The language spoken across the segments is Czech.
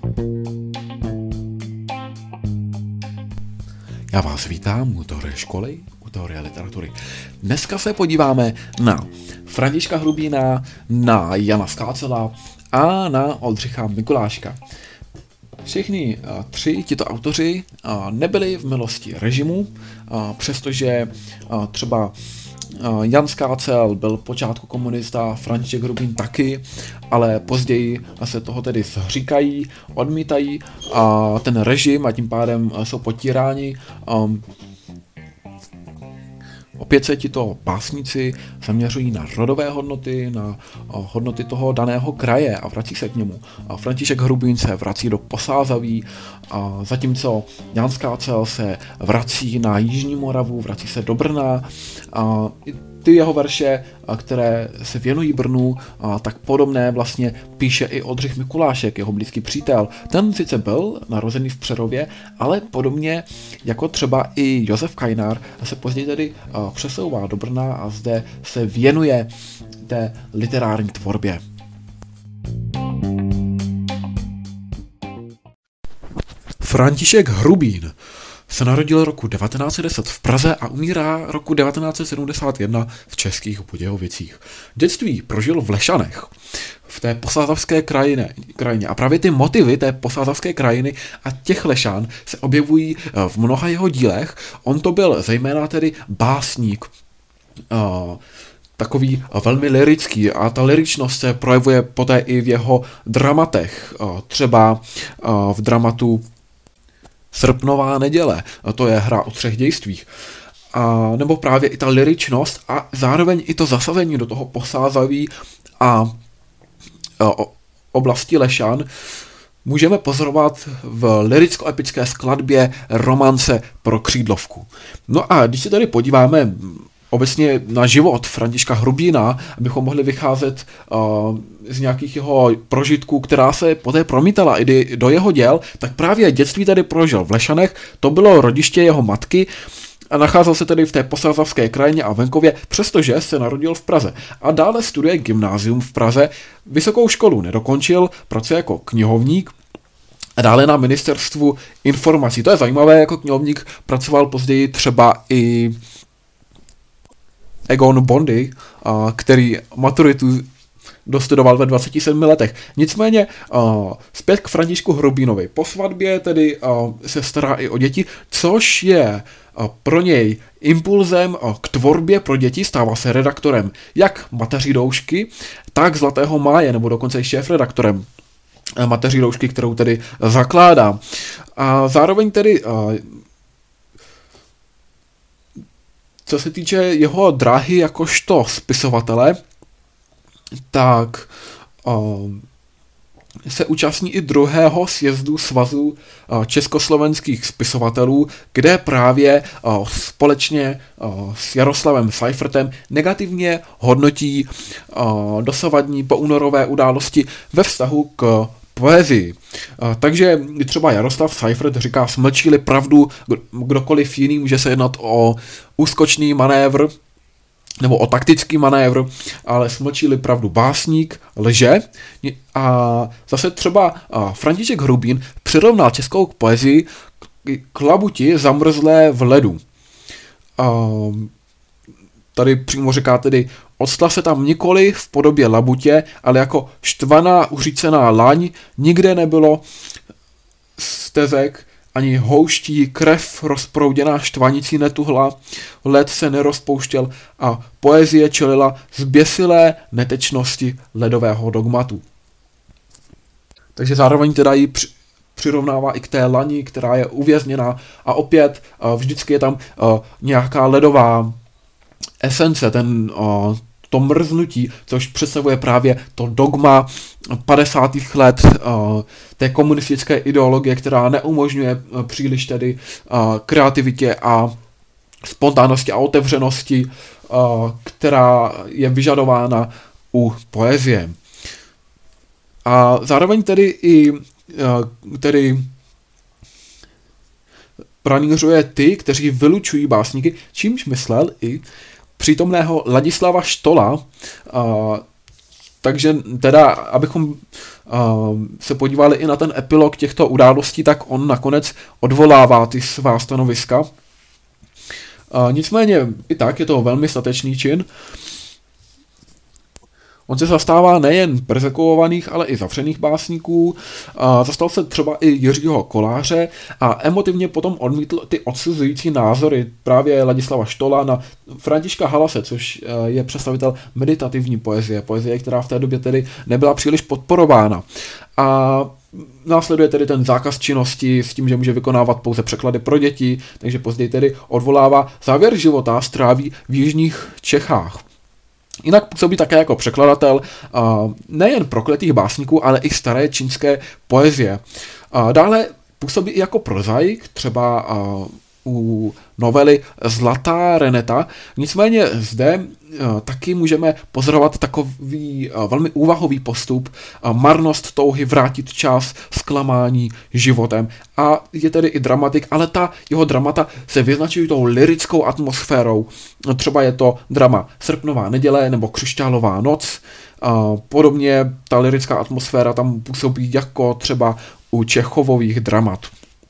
Já vás vítám u teorie školy, u teorie literatury. Dneska se podíváme na Františka Hrubína, na Jana Skácela a na Oldřicha Mikuláška. Všichni tři tito autoři nebyli v milosti režimu, přestože třeba Jan Skácel byl počátku komunista, František Hrubín taky, ale později se toho tedy zříkají, odmítají ten režim a tím pádem jsou potíráni. Opět se tito básníci zaměřují na rodové hodnoty, na hodnoty toho daného kraje a vrací se k němu. František Hrubín se vrací do Posázaví, zatímco Jan Skácel se vrací na Jižní Moravu, vrací se do Brna. Ty jeho verše, které se věnují Brnu, tak podobné vlastně píše i Oldřich Mikulášek, jeho blízký přítel. Ten sice byl narozený v Přerově, ale podobně jako třeba i Josef Kajnár se později tedy přesouvá do Brna a zde se věnuje té literární tvorbě. František Hrubín se narodil roku 1910 v Praze a umírá roku 1971 v Českých Budějovicích. Dětství prožil v Lešanech, v té posázavské krajině. A právě ty motivy té posázavské krajiny a těch Lešan se objevují v mnoha jeho dílech. On to byl zejména tedy básník, takový velmi lyrický a ta lyričnost se projevuje poté i v jeho dramatech. Třeba v dramatu Srpnová neděle, to je hra o 3 dějstvích. Nebo právě i ta lyričnost a zároveň i to zasazení do toho Posázaví a oblasti Lešan můžeme pozorovat v lyricko-epické skladbě Romance pro křídlovku. No a když se tady podíváme obecně na život Františka Hrubína, abychom mohli vycházet z nějakých jeho prožitků, která se poté promítala i do jeho děl, tak právě dětství tady prožil v Lešanech, to bylo rodiště jeho matky a nacházel se tedy v té posázavské krajině a venkově, přestože se narodil v Praze. A dále studuje gymnázium v Praze, vysokou školu nedokončil, pracuje jako knihovník a dále na ministerstvu informací. To je zajímavé, jako knihovník pracoval později třeba i Egon Bondy, který maturitu dostudoval ve 27 letech. Nicméně zpět k Františku Hrubínovi. Po svatbě tedy se stará i o děti, což je pro něj impulzem k tvorbě pro děti, stává se redaktorem jak Mateří doušky, tak Zlatého máje, nebo dokonce i šéfredaktorem Mateří doušky, kterou tedy zakládá. A zároveň tedy co se týče jeho dráhy jakožto spisovatele, tak se účastní i 2. sjezdu Svazu československých spisovatelů, kde právě společně s Jaroslavem Seifertem negativně hodnotí dosavadní poúnorové události ve vztahu k poezii. Takže třeba Jaroslav Seifert říká, smlčí-li pravdu kdokoliv jiný, může se jednat o úskočný manévr nebo o taktický manévr, ale smlčí-li pravdu básník, lže. A zase třeba František Hrubín přirovnal českou poezii k labuti zamrzlé v ledu. Tady přímo říká tedy, octla se tam nikoli v podobě labutě, ale jako štvaná uřícená laň, nikde nebylo stezek, ani houští, krev rozprouděná štvanicí netuhla, led se nerozpouštěl a poezie čelila zběsilé netečnosti ledového dogmatu. Takže zároveň teda ji přirovnává i k té lani, která je uvězněná a opět vždycky je tam nějaká ledová esence, to mrznutí, což představuje právě to dogma 50. let té komunistické ideologie, která neumožňuje příliš tedy kreativitě a spontánnosti a otevřenosti, která je vyžadována u poezie. A zároveň tedy i pranířuje ty, kteří vylučují básníky, čímž myslel i přítomného Ladislava Štola, takže teda, abychom se podívali i na ten epilog těchto událostí, tak on nakonec odvolává ty svá stanoviska. Nicméně i tak je to velmi statečný čin. On se zastává nejen perzekuovaných, ale i zavřených básníků. Zastal se třeba i Jiřího Koláře a emotivně potom odmítl ty odsuzující názory právě Ladislava Štola na Františka Halase, což je představitel meditativní poezie, která v té době tedy nebyla příliš podporována. A následuje tedy ten zákaz činnosti s tím, že může vykonávat pouze překlady pro děti, takže později tedy odvolává závěr života stráví v jižních Čechách. Jinak působí také jako překladatel nejen prokletých básníků, ale i staré čínské poezie. Dále působí i jako prozaik, třeba u novely Zlatá Reneta. Nicméně zde taky můžeme pozorovat takový velmi úvahový postup, marnost touhy vrátit čas, zklamání životem. A je tedy i dramatik, ale ta jeho dramata se vyznačují tou lyrickou atmosférou. Třeba je to drama Srpnová neděle nebo Křišťálová noc. Podobně ta lyrická atmosféra tam působí jako třeba u Čechovových dramat.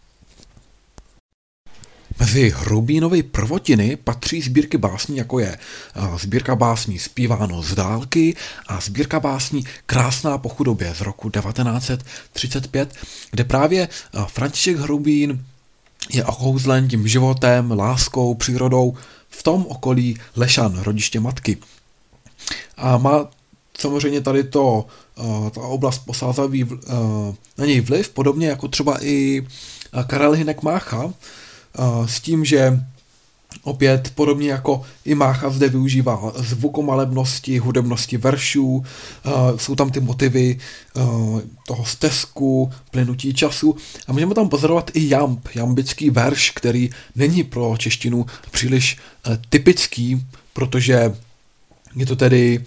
Mezi Hrubínovy prvotiny patří sbírky básní, jako je sbírka básní Zpíváno z dálky a sbírka básní Krásná po chudobě z roku 1935, kde právě František Hrubín je okouzlen tím životem, láskou, přírodou v tom okolí Lešan, rodiště matky. A má samozřejmě tady ta oblast posázavý na něj vliv, podobně jako třeba i Karel Hynek Mácha, s tím, že opět podobně jako i Mácha zde využívá zvukomalebnosti, hudebnosti veršů, jsou tam ty motivy toho stesku, plynutí času a můžeme tam pozorovat i jambický verš, který není pro češtinu příliš typický, protože je to tedy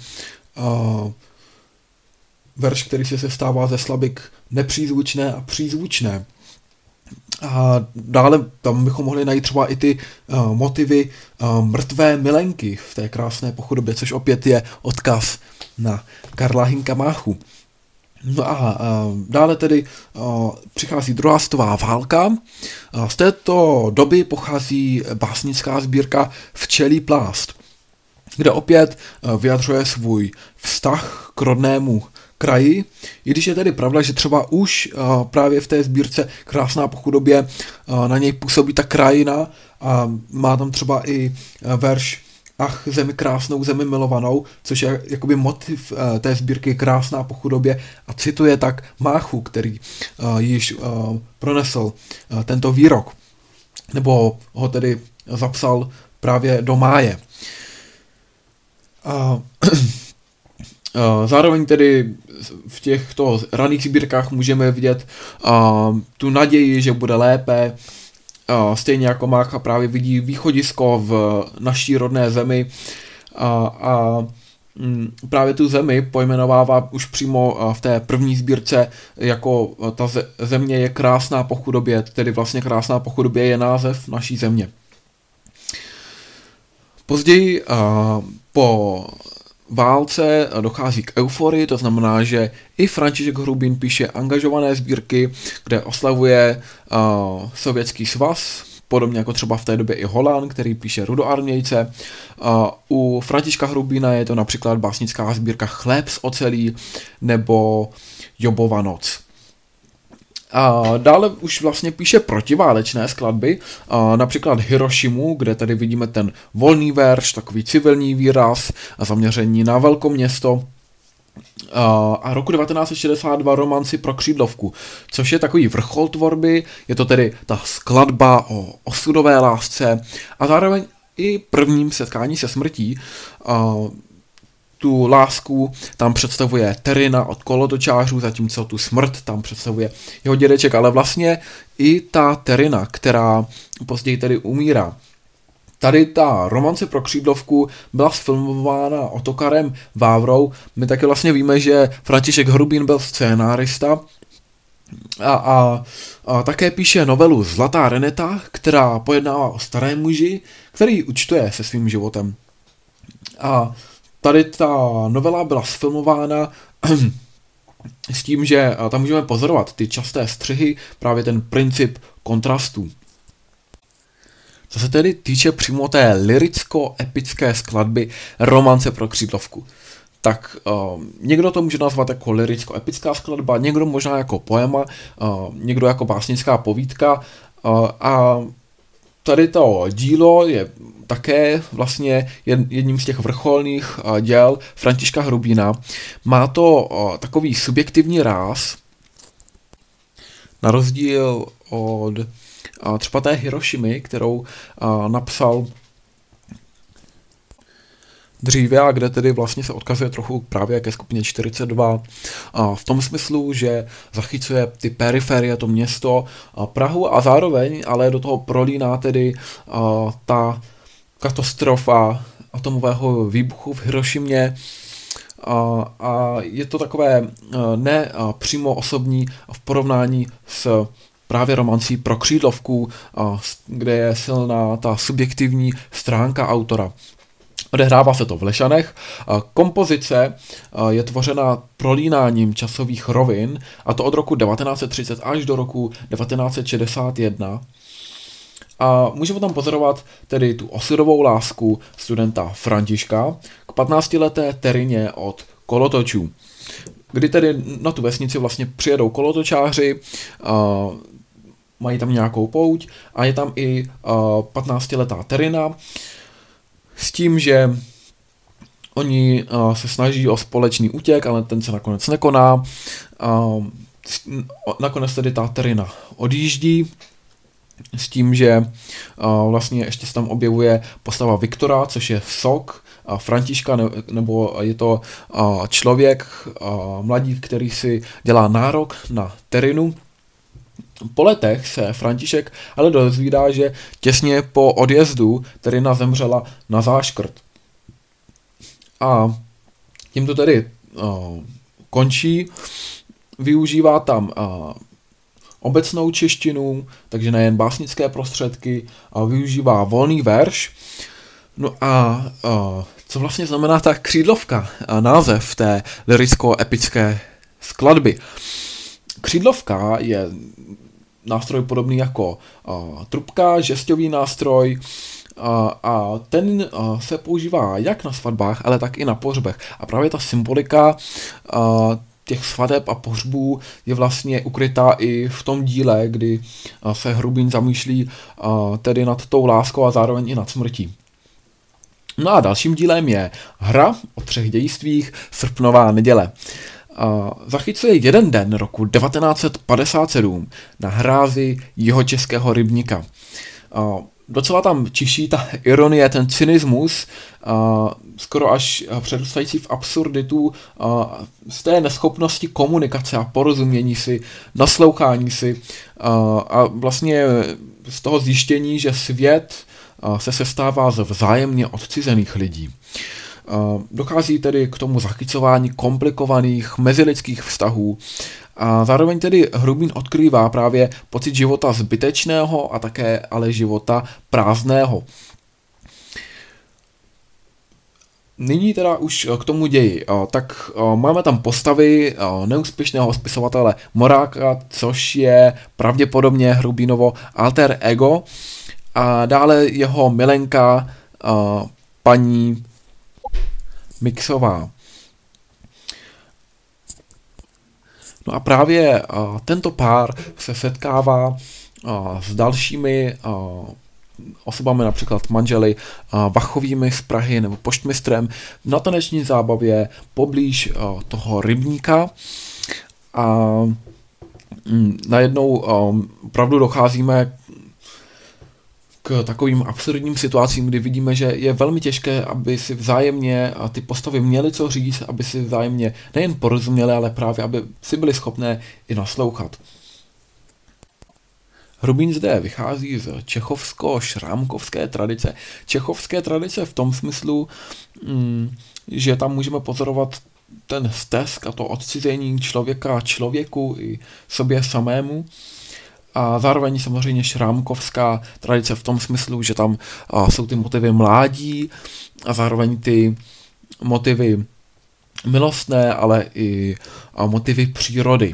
verš, který se sestává ze slabik nepřízvučné a přízvučné. A dále tam bychom mohli najít třeba i ty motivy mrtvé milenky v té krásné po chudobě, což opět je odkaz na Karla Hynka Máchu. No a dále tedy přichází druhá světová válka. Z této doby pochází básnická sbírka Včelí plást, kde opět vyjadřuje svůj vztah k rodnému kraji, i když je tedy pravda, že třeba už právě v té sbírce Krásná po chudobě na něj působí ta krajina a má tam třeba i verš Ach, zemi krásnou, zemi milovanou, což je jakoby motiv té sbírky Krásná po chudobě a cituje tak Máchu, který již pronesl tento výrok, nebo ho tedy zapsal právě do máje. Zároveň tedy v těchto raných sbírkách můžeme vidět tu naději, že bude lépe, stejně jako Mácha právě vidí východisko v naší rodné zemi a právě tu zemi pojmenovává už přímo v té první sbírce jako ta země je krásná po chudobě, tedy vlastně Krásná po chudobě je název naší země. Později po válce dochází k euforii, to znamená, že i František Hrubín píše angažované sbírky, kde oslavuje Sovětský svaz, podobně jako třeba v té době i Holan, který píše Rudoarmějce. U Františka Hrubína je to například básnická sbírka Chléb z ocelí nebo Jobova noc. A dále už vlastně píše protiválečné skladby, například Hirošimu, kde tady vidíme ten volný verš, takový civilní výraz a zaměření na velkoměsto. A roku 1962 romanci pro křídlovku, což je takový vrchol tvorby, je to tedy ta skladba o osudové lásce a zároveň i prvním setkání se smrtí. Tu lásku tam představuje Terina od kolotočářů, zatímco tu smrt tam představuje jeho dědeček, ale vlastně i ta Terina, která později tedy umírá. Tady ta romance pro křídlovku byla sfilmována Otokarem Vávrou. My taky vlastně víme, že František Hrubín byl scénárista a také píše novelu Zlatá Reneta, která pojednává o starém muži, který účtuje se svým životem. A tady ta novela byla sfilmována s tím, že tam můžeme pozorovat ty časté střihy, právě ten princip kontrastů. Co se tedy týče přímo té lyricko-epické skladby Romance pro křídlovku, tak někdo to může nazvat jako lyricko-epická skladba, někdo možná jako poema, někdo jako básnická povídka a tady to dílo je také vlastně jedním z těch vrcholných děl Františka Hrubína. Má to takový subjektivní ráz, na rozdíl od třeba té Hirošimy, kterou napsal dříve a kde tedy vlastně se odkazuje trochu právě ke skupině 42 v tom smyslu, že zachycuje ty periferie, to město Prahu a zároveň ale do toho prolíná tedy ta katastrofa atomového výbuchu v Hirošimě a je to takové ne přímo osobní v porovnání s právě romancí pro křídlovku, kde je silná ta subjektivní stránka autora. Odehrává se to v Lešanech. Kompozice je tvořena prolínáním časových rovin, a to od roku 1930 až do roku 1961. A můžeme tam pozorovat tedy tu osudovou lásku studenta Františka k 15leté Terině od kolotočů, kdy tedy na tu vesnici vlastně přijedou kolotočáři, mají tam nějakou pouť a je tam i 15letá Terina s tím, že oni se snaží o společný útěk, ale ten se nakonec nekoná. Nakonec tedy ta Terina odjíždí s tím, že vlastně ještě se tam objevuje postava Viktora, což je sok Františka, nebo je to člověk, mladík, který si dělá nárok na Terinu. Po letech se František ale dozvídá, že těsně po odjezdu Terina zemřela na záškrt. A tím to tedy končí. Využívá tam obecnou češtinu, takže nejen básnické prostředky, a využívá volný verš. No a co vlastně znamená ta křídlovka, název té lyricko-epické skladby? Křídlovka je nástroj podobný jako trubka, žestový nástroj, a ten se používá jak na svatbách, ale tak i na pohřbech. A právě ta symbolika těch svateb a pohřbů je vlastně ukrytá i v tom díle, kdy se Hrubín zamýšlí tedy nad tou láskou a zároveň i nad smrtí. No a dalším dílem je Hra o 3 dějstvích, srpnová neděle. Zachycuje jeden den roku 1957 na hrázi jihočeského rybníka. Docela tam čiší ta ironie, ten cynismus, skoro až představící v absurditu z té neschopnosti komunikace a porozumění si, naslouchání si a vlastně z toho zjištění, že svět se sestává ze vzájemně odcizených lidí. Dochází tedy k tomu zachycování komplikovaných mezilidských vztahů a zároveň tedy Hrubín odkrývá právě pocit života zbytečného a také ale života prázdného. Nyní teda už k tomu ději. Tak máme tam postavy neúspěšného spisovatele Moráka, což je pravděpodobně Hrubínovo alter ego, a dále jeho milenka paní Mixová. No a právě tento pár se setkává s dalšími osobami, například manželi Vachovými z Prahy nebo poštmistrem na taneční zábavě poblíž toho rybníka a najednou opravdu docházíme k takovým absurdním situacím, kdy vidíme, že je velmi těžké, aby si vzájemně ty postavy měly co říct, aby si vzájemně nejen porozuměli, ale právě, aby si byli schopné i naslouchat. Hrubín zde vychází z čechovsko-šrámkovské tradice. Čechovské tradice v tom smyslu, že tam můžeme pozorovat ten stesk a to odcizení člověka člověku i sobě samému. A zároveň samozřejmě šrámkovská tradice v tom smyslu, že tam jsou ty motivy mládí a zároveň ty motivy milostné, ale i motivy přírody.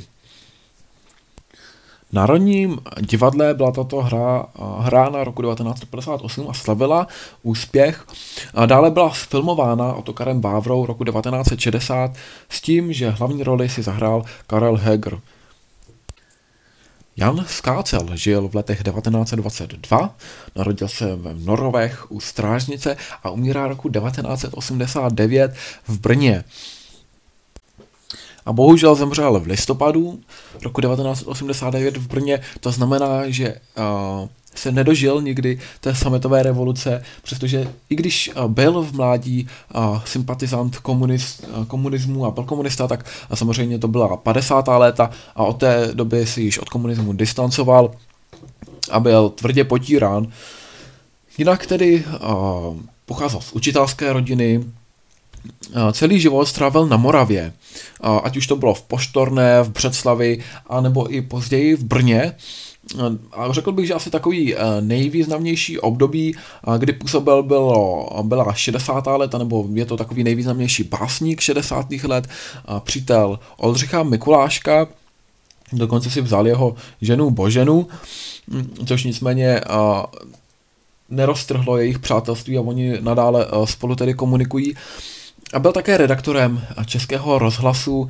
V Národním divadle byla tato hra hrána roku 1958 a slavila úspěch. A dále byla sfilmována Ottokarem Vávrou roku 1960 s tím, že hlavní roli si zahrál Karel Heger. Jan Skácel žil v letech 1922, narodil se v Norovech u Strážnice a umírá roku 1989 v Brně. A bohužel zemřel v listopadu roku 1989 v Brně, to znamená, že se nedožil nikdy té sametové revoluce, přestože i když byl v mládí sympatizant komunismu a byl komunista, tak samozřejmě to byla 50. léta a od té doby si již od komunismu distancoval a byl tvrdě potírán. Jinak tedy pocházel z učitelské rodiny, celý život strávil na Moravě, ať už to bylo v Poštorné, v Břeclavi, anebo i později v Brně. A řekl bych, že asi takový nejvýznamnější období, kdy působil, byla 60. léta, nebo je to takový nejvýznamnější básník 60. let, přítel Oldřicha Mikuláška, dokonce si vzal jeho ženu Boženu, což nicméně neroztrhlo jejich přátelství a oni nadále spolu tedy komunikují. A byl také redaktorem Českého rozhlasu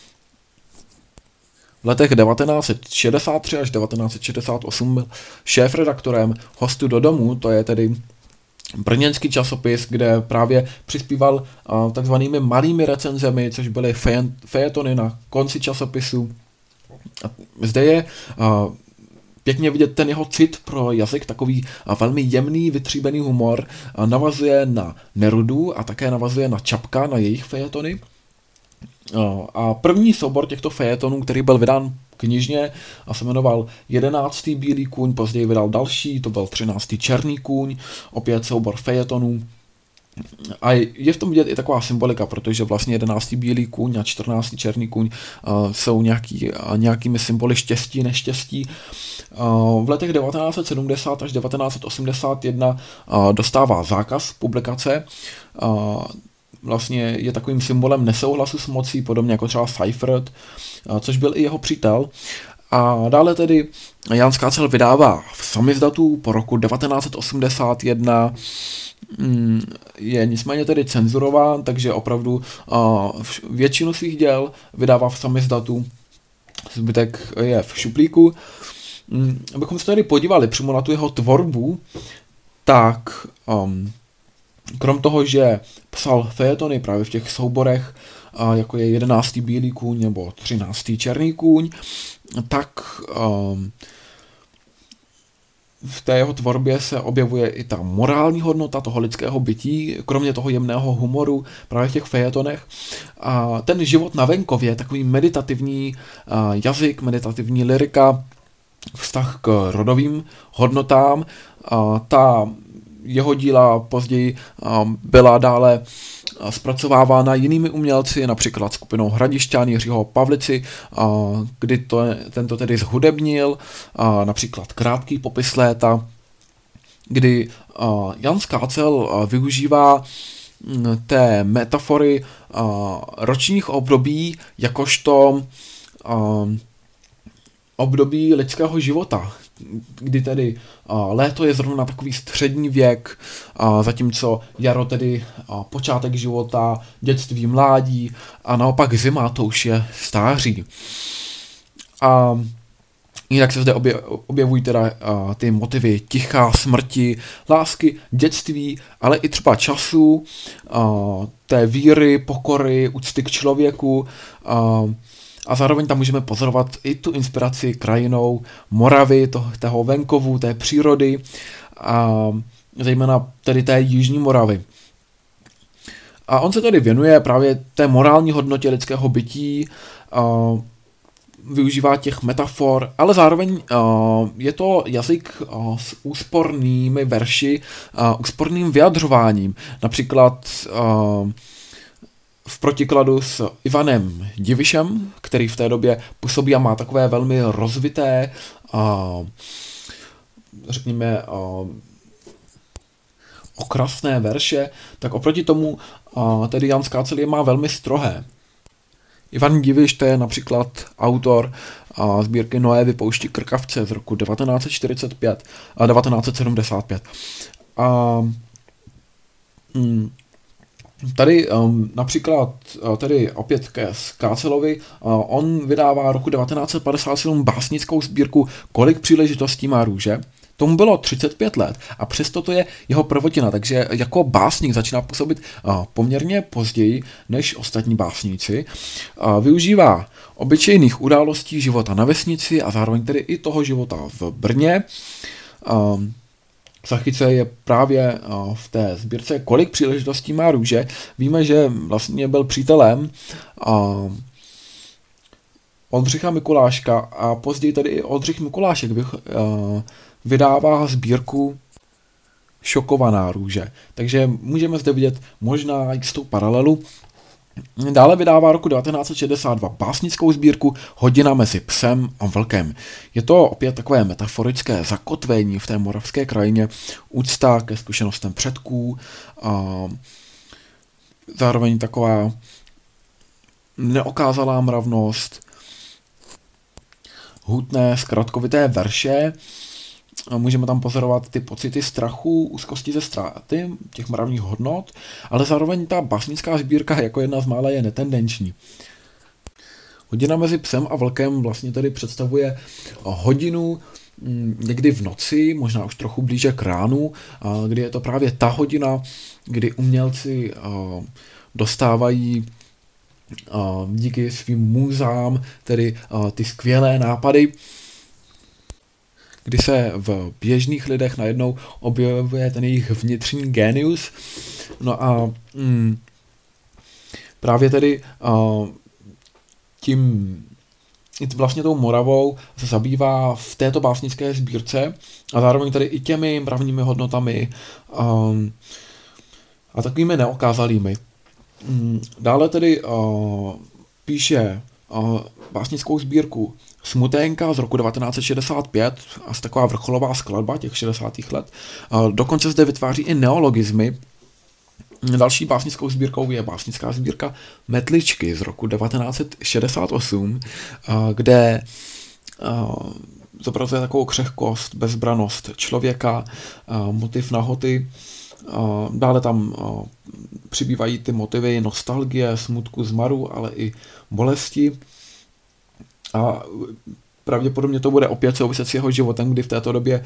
v letech 1963 až 1968 byl šéfredaktorem Hostu do domu, to je tedy brněnský časopis, kde právě přispíval takzvanými malými recenzemi, což byly fejetony na konci časopisu. A zde je pěkně vidět ten jeho cit pro jazyk, takový velmi jemný, vytříbený humor, navazuje na Nerudu a také navazuje na Čapka, na jejich fejetony. A první soubor těchto fejetonů, který byl vydán knižně a se jmenoval 11. Bílý kůň, později vydal další, to byl 13. Černý kůň, opět soubor fejetonů. A je v tom vidět i taková symbolika, protože vlastně 11. Bílý kůň a 14. Černý kůň jsou nějakými symboly štěstí, neštěstí. V letech 1970 až 1981 dostává zákaz publikace. Vlastně je takovým symbolem nesouhlasu s mocí, podobně jako třeba Seifert, což byl i jeho přítel. A dále tedy Jan Skácel vydává v samizdatu po roku 1981, je nicméně tedy cenzurován, takže opravdu většinu svých děl vydává v samizdatu, zbytek je v šuplíku. Abychom se tedy podívali přímo na tu jeho tvorbu, tak krom toho, že psal fejetony právě v těch souborech, jako je 11. Bílý kůň nebo 13. Černý kůň, tak v té jeho tvorbě se objevuje i ta morální hodnota toho lidského bytí, kromě toho jemného humoru právě v těch fejetonech. A ten život na venkově, takový meditativní jazyk, meditativní lyrika, vztah k rodovým hodnotám, ta jeho díla později byla dále zpracovávána jinými umělci, například skupinou Hradišťan Jiřího Pavlici, kdy tento tedy zhudebnil, například Krátký popis léta, kdy Jan Skácel využívá té metafory ročních období jakožto období lidského života, kdy tedy léto je zrovna takový střední věk, zatímco jaro tedy počátek života, dětství, mládí a naopak zima to už je stáří. A jinak se zde objevují teda ty motivy ticha, smrti, lásky, dětství, ale i třeba času, té víry, pokory, úcty k člověku, a zároveň tam můžeme pozorovat i tu inspiraci krajinou Moravy, toho venkovu, té přírody, a zejména tedy té jižní Moravy. A on se tedy věnuje právě té morální hodnotě lidského bytí, využívá těch metafor, ale zároveň je to jazyk s úspornými verši, úsporným vyjadřováním. Například v protikladu s Ivanem Divišem, který v té době působí a má takové velmi rozvité, řekněme, okrasné verše, tak oproti tomu A tedy Jan Skácel je má velmi strohé. Ivan Diviš, to je například autor sbírky Noévy poušti Krkavce z roku 1945 a 1975. A tady například tady opět ke Skácelovi, on vydává roku 1957 básnickou sbírku Kolik příležitostí má růže. Tomu bylo 35 let a přesto to je jeho prvotina, takže jako básník začíná působit poměrně později než ostatní básníci. Využívá obyčejných událostí života na vesnici a zároveň tedy i toho života v Brně. Zachyce je právě v té sbírce Kolik příležitostí má růže. Víme, že vlastně byl přítelem Oldřicha Mikuláška a později tady i Oldřich Mikulášek vydává sbírku Šokovaná růže. Takže můžeme zde vidět možná jistou paralelu. Dále vydává roku 1962 básnickou sbírku Hodina mezi psem a vlkem. Je to opět takové metaforické zakotvení v té moravské krajině, úcta ke zkušenostem předků, a zároveň taková neokázalá mravnost, hutné, zkratkovité verše. Můžeme tam pozorovat ty pocity strachu, úzkosti ze ztráty těch mravních hodnot, ale zároveň ta básnická sbírka jako jedna z mála je netendenční. Hodina mezi psem a vlkem vlastně tedy představuje hodinu někdy v noci, možná už trochu blíže k ránu, kdy je to právě ta hodina, kdy umělci dostávají díky svým můzám tedy ty skvělé nápady, kdy se v běžných lidech najednou objevuje ten jejich vnitřní génius. No a právě tedy tím vlastně tou Moravou se zabývá v této básnické sbírce a zároveň tady i těmi mravními hodnotami a takovými neokázalými. Dále tedy píše básnickou sbírku Smuténka z roku 1965, a taková vrcholová skladba těch 60. let. Dokonce zde vytváří i neologismy. Další básnickou sbírkou je básnická sbírka Metličky z roku 1968, kde zobrazuje takovou křehkost, bezbranost člověka, motiv nahoty. Dále tam přibývají ty motivy nostalgie, smutku, zmaru, ale i bolesti. A pravděpodobně to bude opět souviset s jeho životem, kdy v této době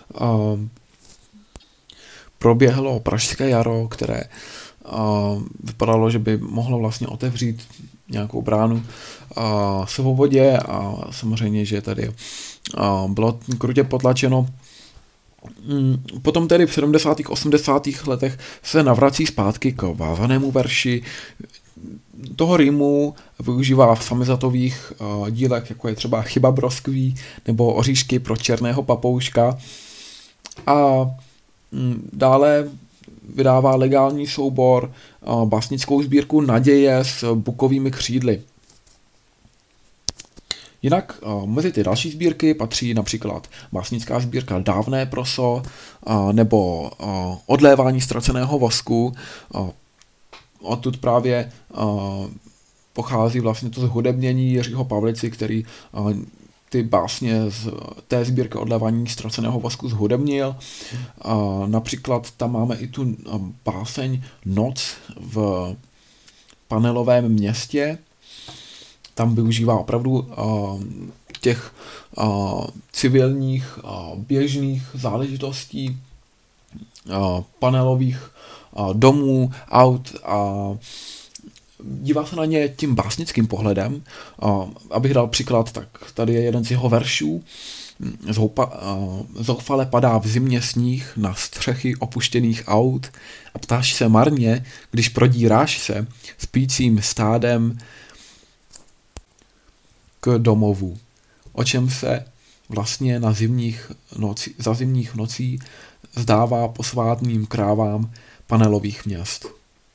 proběhlo pražské jaro, které vypadalo, že by mohlo vlastně otevřít nějakou bránu svobodě a samozřejmě, že tady bylo krutě potlačeno. Potom tedy v 70. 80. letech se navrací zpátky k vázanému verši. Toho rýmu využívá v samizatových dílech, jako je třeba Chyba broskví nebo Oříšky pro černého papouška. A dále vydává legální soubor, básnickou sbírku Naděje s bukovými křídly. Jinak mezi ty další sbírky patří například básnická sbírka Dávné proso nebo Odlévání ztraceného vosku. Odtud právě pochází vlastně to zhudebnění Jiřího Pavlici, který ty básně z té sbírky Odlévání ztraceného vosku zhudebnil. Například tam máme i tu báseň Noc v panelovém městě. Tam využívá opravdu těch civilních běžných záležitostí, panelových domů, aut a dívá se na ně tím básnickým pohledem. Abych dal příklad, tak tady je jeden z jeho veršů. Zoufale padá v zimě sníh na střechy opuštěných aut a ptáš se marně, když prodíráš se spícím stádem k domovu. O čem se vlastně za zimních nocí zdává posvátným krávám panelových měst.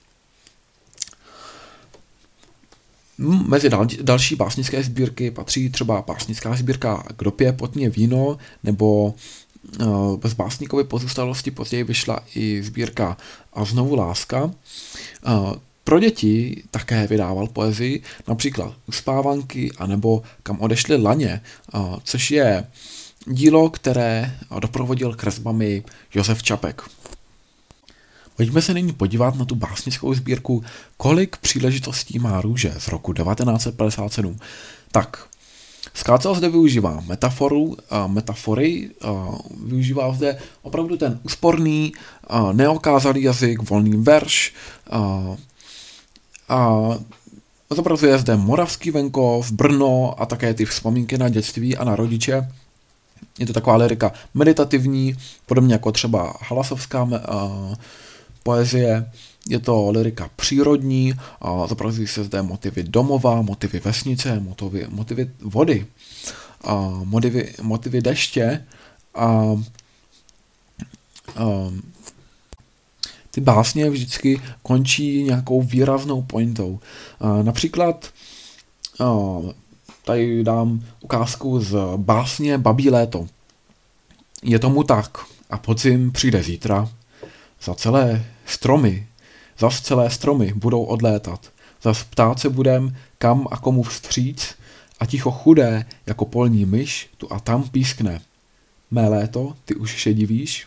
Mezi další básnické sbírky patří třeba básnická sbírka Kdo pije potně víno nebo Bez básníkovy pozůstalosti později vyšla i sbírka A znovu láska. Pro děti také vydával poezii, například Uspávanky anebo Kam odešly laně, což je dílo, které doprovodil kresbami Josef Čapek. Pojďme se nyní podívat na tu básnickou sbírku Kolik příležitostí má růže z roku 1957. Tak, Skácel zde využívá metafory, využívá zde opravdu ten úsporný, neokázalý jazyk, volný verš, a zobrazuje zde moravský venkov, Brno a také ty vzpomínky na dětství a na rodiče. Je to taková lyrika meditativní, podobně jako třeba halasovská poezie. Je to lyrika přírodní, zobrazují se zde motivy domova, motivy vesnice, motivy vody, motivy deště a ty básně vždycky končí nějakou výraznou pointou. Například tady dám ukázku z básně Babí léto. Je tomu tak a podzim přijde zítra. Zas celé stromy budou odlétat. Zas ptát se budem kam a komu vstříc a ticho chudé jako polní myš tu a tam pískne. Mé léto, ty už se divíš?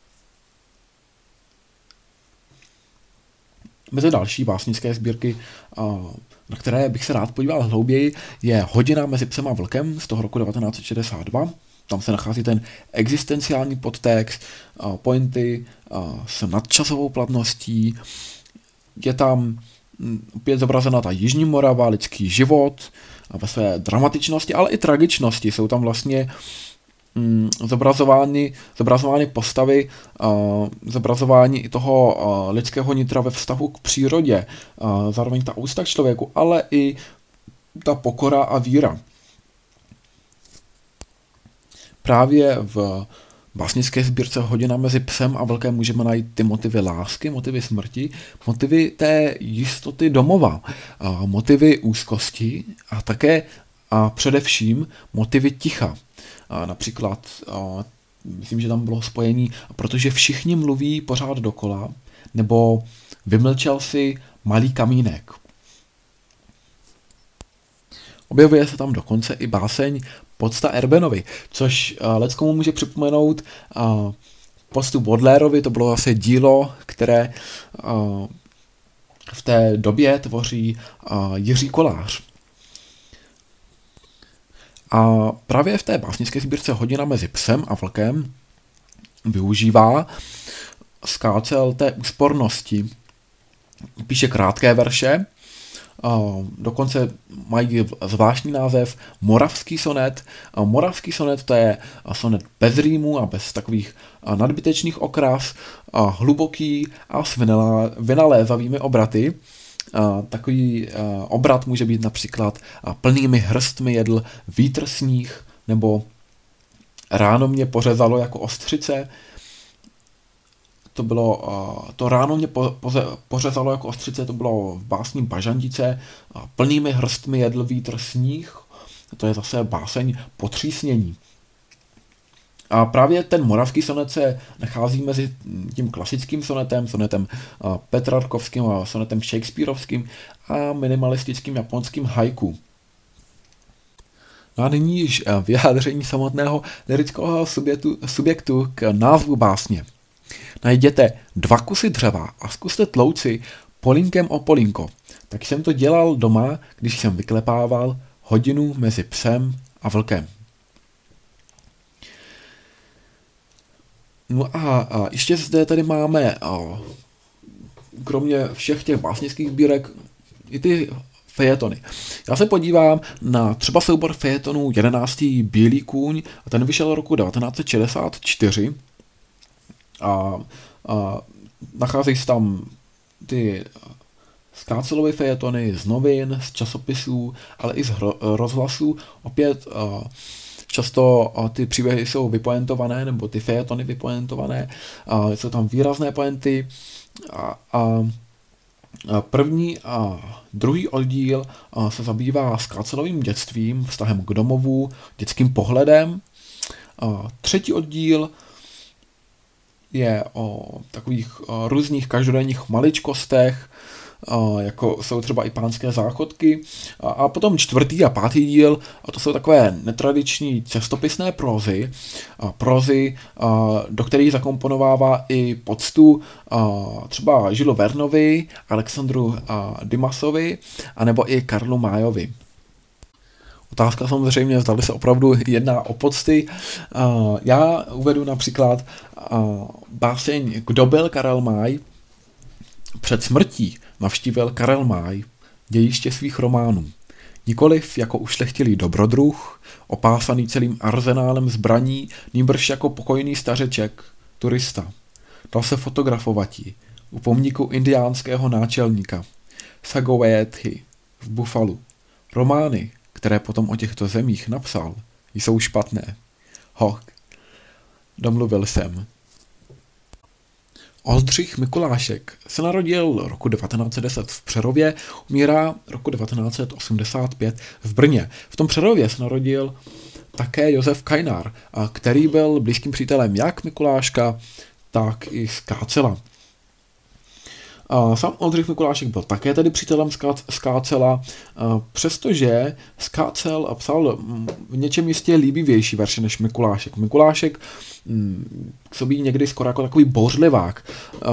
Mezi další básnické sbírky, na které bych se rád podíval hlouběji, je Hodina mezi psem a vlkem z toho roku 1962. Tam se nachází ten existenciální podtext, pointy s nadčasovou platností. Je tam opět zobrazena ta Jižní Morava, lidský život ve své dramatičnosti, ale i tragičnosti. Jsou tam vlastně zobrazovány postavy, zobrazování i toho lidského nitra ve vztahu k přírodě, zároveň ta úcta k člověku, ale i ta pokora a víra. Právě v básnické sbírce Hodina mezi psem a vlkem můžeme najít ty motivy lásky, motivy smrti, motivy té jistoty domova, motivy úzkosti a také a především motivy ticha. Například, myslím, že tam bylo spojení, protože všichni mluví pořád dokola, nebo vymlčel si malý kamínek. Objevuje se tam dokonce i báseň Pocta Erbenovi, což leckomu může připomenout Poctu Baudelarovi, to bylo zase dílo, které v té době tvoří Jiří Kolář. A právě v té básnické sbírce Hodina mezi psem a vlkem využívá Skácel té úspornosti. Píše krátké verše, dokonce mají zvláštní název Moravský sonet. Moravský sonet to je sonet bez rýmu a bez takových nadbytečných okras, hluboký a s vynalézavými obraty. Takový obrat může být například plnými hrstmi jedl vítr sníh, nebo ráno mě pořezalo jako ostřice. To ráno mě pořezalo jako ostřice, to bylo v básni Bažantice. Plnými hrstmi jedl vítr sníh, to je zase báseň Potřísnění. A právě ten moravský sonet se nachází mezi tím klasickým sonetem petrarkovským a sonetem shakespearovským a minimalistickým japonským haiku. No a nyní již vyjádření samotného lirického subjektu k názvu básně. Najděte 2 kusy dřeva a zkuste tlouci polínkem o polínko. Tak jsem to dělal doma, když jsem vyklepával hodinu mezi psem a vlkem. No a ještě zde tady máme, kromě všech těch básnických sbírek, i ty fejetony. Já se podívám na třeba soubor fejetonů 11. Bílý kůň, a ten vyšel roku 1964. A nacházejí se tam ty Skácelovy fejetony z novin, z časopisů, ale i z rozhlasů. Opět často ty příběhy jsou vypoentované, nebo ty fejetony vypoentované. Jsou tam výrazné poenty. První a druhý oddíl se zabývá Skácelovým dětstvím, vztahem k domovu, dětským pohledem. Třetí oddíl je o takových různých každodenních maličkostech, jako jsou třeba i Pánské záchodky. A potom čtvrtý a pátý díl, a to jsou takové netradiční cestopisné prózy, do kterých zakomponovává i poctu třeba Žilu Vernovi, Alexandru Dimasovi, anebo i Karlu Mayovi. Otázka samozřejmě, zdali se opravdu jedná o pocty. Já uvedu například báseň Kdo byl Karel May. Před smrtí navštívil Karel May dějiště svých románů. Nikoliv jako ušlechtilý dobrodruh, opásaný celým arzenálem zbraní, nýbrž jako pokojný stařeček, turista. Dal se fotografovatí u pomníku indiánského náčelníka Sagoethy v Buffalu. Romány, které potom o těchto zemích napsal, jsou špatné. Hoch, domluvil jsem. Oldřich Mikulášek se narodil roku 1910 v Přerově, umírá roku 1985 v Brně. V tom Přerově se narodil také Josef Kajnár, který byl blízkým přítelem jak Mikuláška, tak i Skácela. Sám Oldřich Mikulášek byl také tedy přítelem Skácela, přestože Skácel psal v něčem jistě líbivější verše než Mikulášek. Mikulášek sobí někdy skoro jako takový bouřlivák.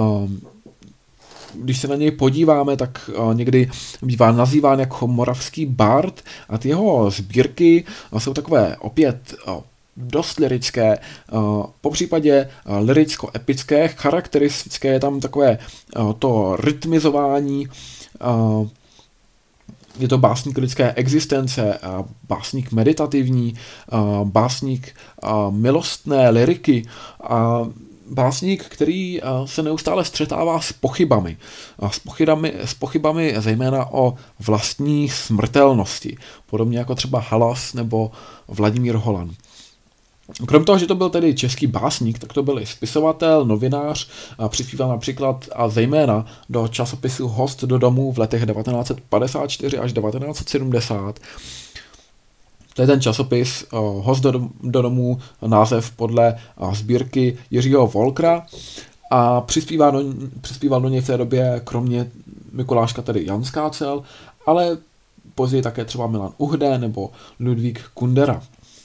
Když se na něj podíváme, tak někdy bývá nazýván jako moravský bard a ty jeho sbírky jsou takové opět dost lyrické, po případě lyricko-epické, charakteristické je tam takové to rytmizování, je to básník lidské existence, básník meditativní, básník milostné lyriky, básník, který se neustále střetává s pochybami. S pochybami zejména o vlastní smrtelnosti, podobně jako třeba Halas nebo Vladimír Holan. Krom toho, že to byl tedy český básník, tak to byl i spisovatel, novinář, přispíval například a zejména do časopisu Host do domů v letech 1954 až 1970. To je ten časopis Host do domů, název podle sbírky Jiřího Volkra, a přispíval do něj v té době kromě Mikuláška tedy Jan Skácel, ale později také třeba Milan Uhde nebo Ludvík Kundera.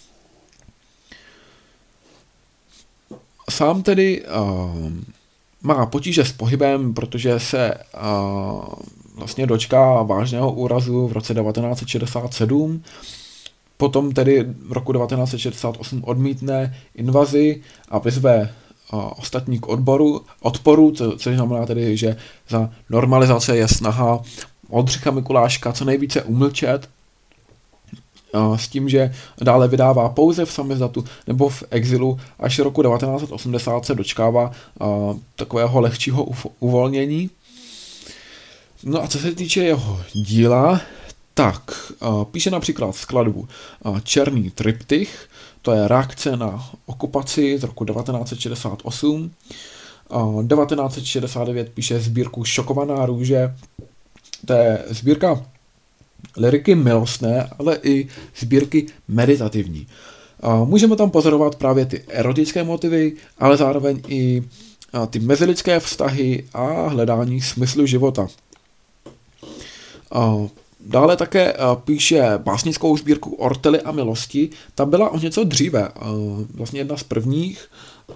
Sám tedy má potíže s pohybem, protože se vlastně dočká vážného úrazu v roce 1967. Potom tedy v roku 1968 odmítne invazi a vyzve ostatní k odporu, což znamená tedy, že za normalizace je snaha Oldřicha Mikuláška co nejvíce umlčet, s tím, že dále vydává pouze v samizdatu nebo v exilu, až roku 1980 se dočkává takového lehčího uvolnění. No a co se týče jeho díla, tak píše například skladbu Černý triptych, to je reakce na okupaci z roku 1968. 1969 píše sbírku Šokovaná růže, to je sbírka lyriky milostné, ale i sbírky meditativní. Můžeme tam pozorovat právě ty erotické motivy, ale zároveň i ty mezilidské vztahy a hledání smyslu života. Dále také píše básnickou sbírku Ortely a milosti. Ta byla o něco dříve, vlastně jedna z prvních.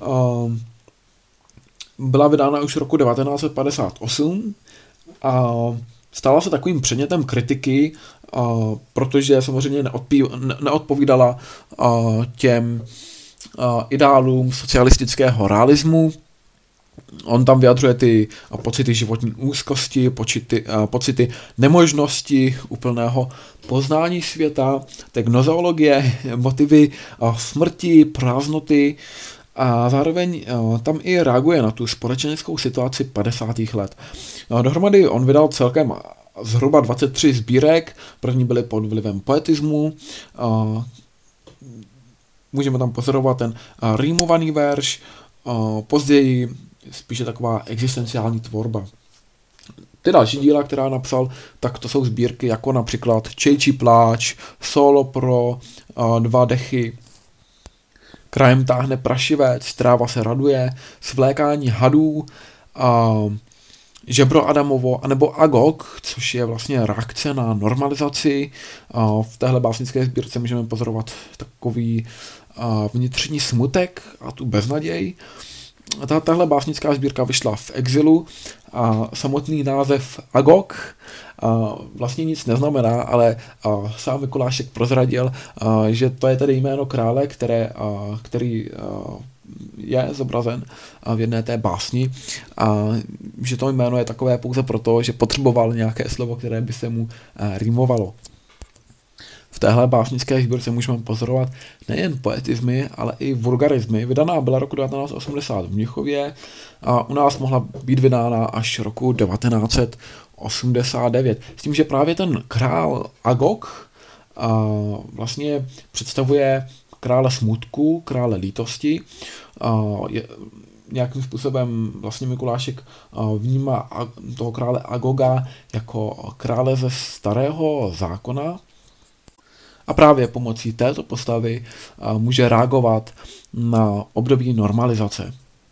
Byla vydána už roku 1958 a stala se takovým předmětem kritiky, protože samozřejmě neodpovídala těm ideálům socialistického realismu. On tam vyjadřuje ty pocity životní úzkosti, pocity nemožnosti úplného poznání světa, tak nozeologie, motivy smrti, prázdnoty, a zároveň tam i reaguje na tu společenskou situaci 50. let. Dohromady on vydal celkem zhruba 23 sbírek, první byly pod vlivem poetismu, můžeme tam pozorovat ten rýmovaný verš, později spíše taková existenciální tvorba. Ty další díla, která napsal, tak to jsou sbírky jako například Čejčí pláč, Solo pro 2 dechy, Krajem táhne prašivec, tráva se raduje, svlékání hadů, Žebro Adamovo, anebo Agog, což je vlastně reakce na normalizaci. V téhle básnické sbírce můžeme pozorovat takový vnitřní smutek a tu beznaděj. Tahle básnická sbírka vyšla v exilu a samotný název Agog vlastně nic neznamená, ale sám Mikulášek prozradil, že to je tedy jméno krále, který je zobrazen v jedné té básni a že to jméno je takové pouze proto, že potřeboval nějaké slovo, které by se mu rýmovalo. V téhle básnické sbírce můžeme pozorovat nejen poetizmy, ale i vulgarizmy. Vydaná byla roku 1980 v Mnichově a u nás mohla být vydána až roku 1989. S tím, že právě ten král Agog vlastně představuje krále smutku, krále lítosti. Nějakým způsobem vlastně Mikulášek vnímá toho krále Agoga jako krále ze starého zákona a právě pomocí této postavy může reagovat na období normalizace.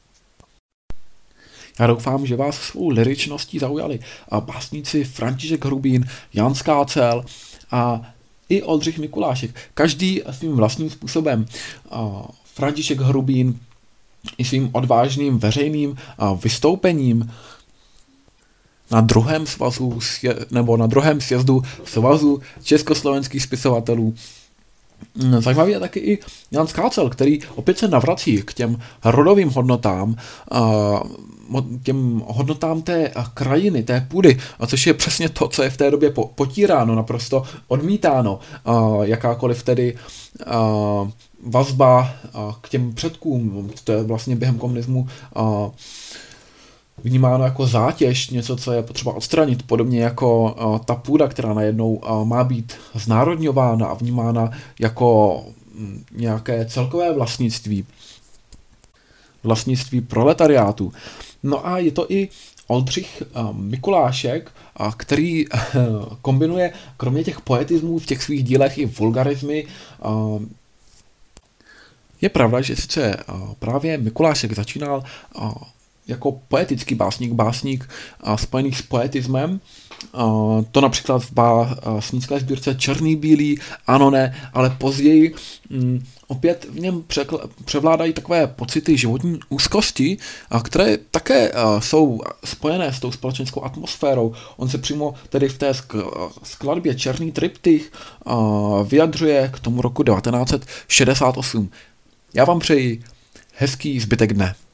Já doufám, že vás svou lyričností zaujali básníci František Hrubín, Jan Skácel a i Oldřich Mikulášek. Každý svým vlastním způsobem. František Hrubín i svým odvážným veřejným vystoupením na druhém sjezdu Svazu československých spisovatelů. Zajímavý je taky i Jan Skácel, který opět se navrací k těm rodovým hodnotám, těm hodnotám té krajiny, té půdy, což je přesně to, co je v té době potíráno, naprosto odmítáno. Jakákoliv tedy vazba k těm předkům, to je vlastně během komunismu vnímáno jako zátěž, něco, co je potřeba odstranit, podobně jako ta půda, která najednou má být znárodňována a vnímána jako nějaké celkové vlastnictví proletariátu. No a je to i Oldřich Mikulášek, který kombinuje kromě těch poetismů v těch svých dílech i vulgarizmy. Je pravda, že sice právě Mikulášek začínal jako poetický básník spojený s poetismem. To například v básnické sbírce Černý, bílý, ano, ne, ale později opět v něm převládají takové pocity životní úzkosti, které také jsou spojené s tou společenskou atmosférou. On se přímo tedy v té skladbě Černý triptych vyjadřuje k tomu roku 1968. Já vám přeji hezký zbytek dne.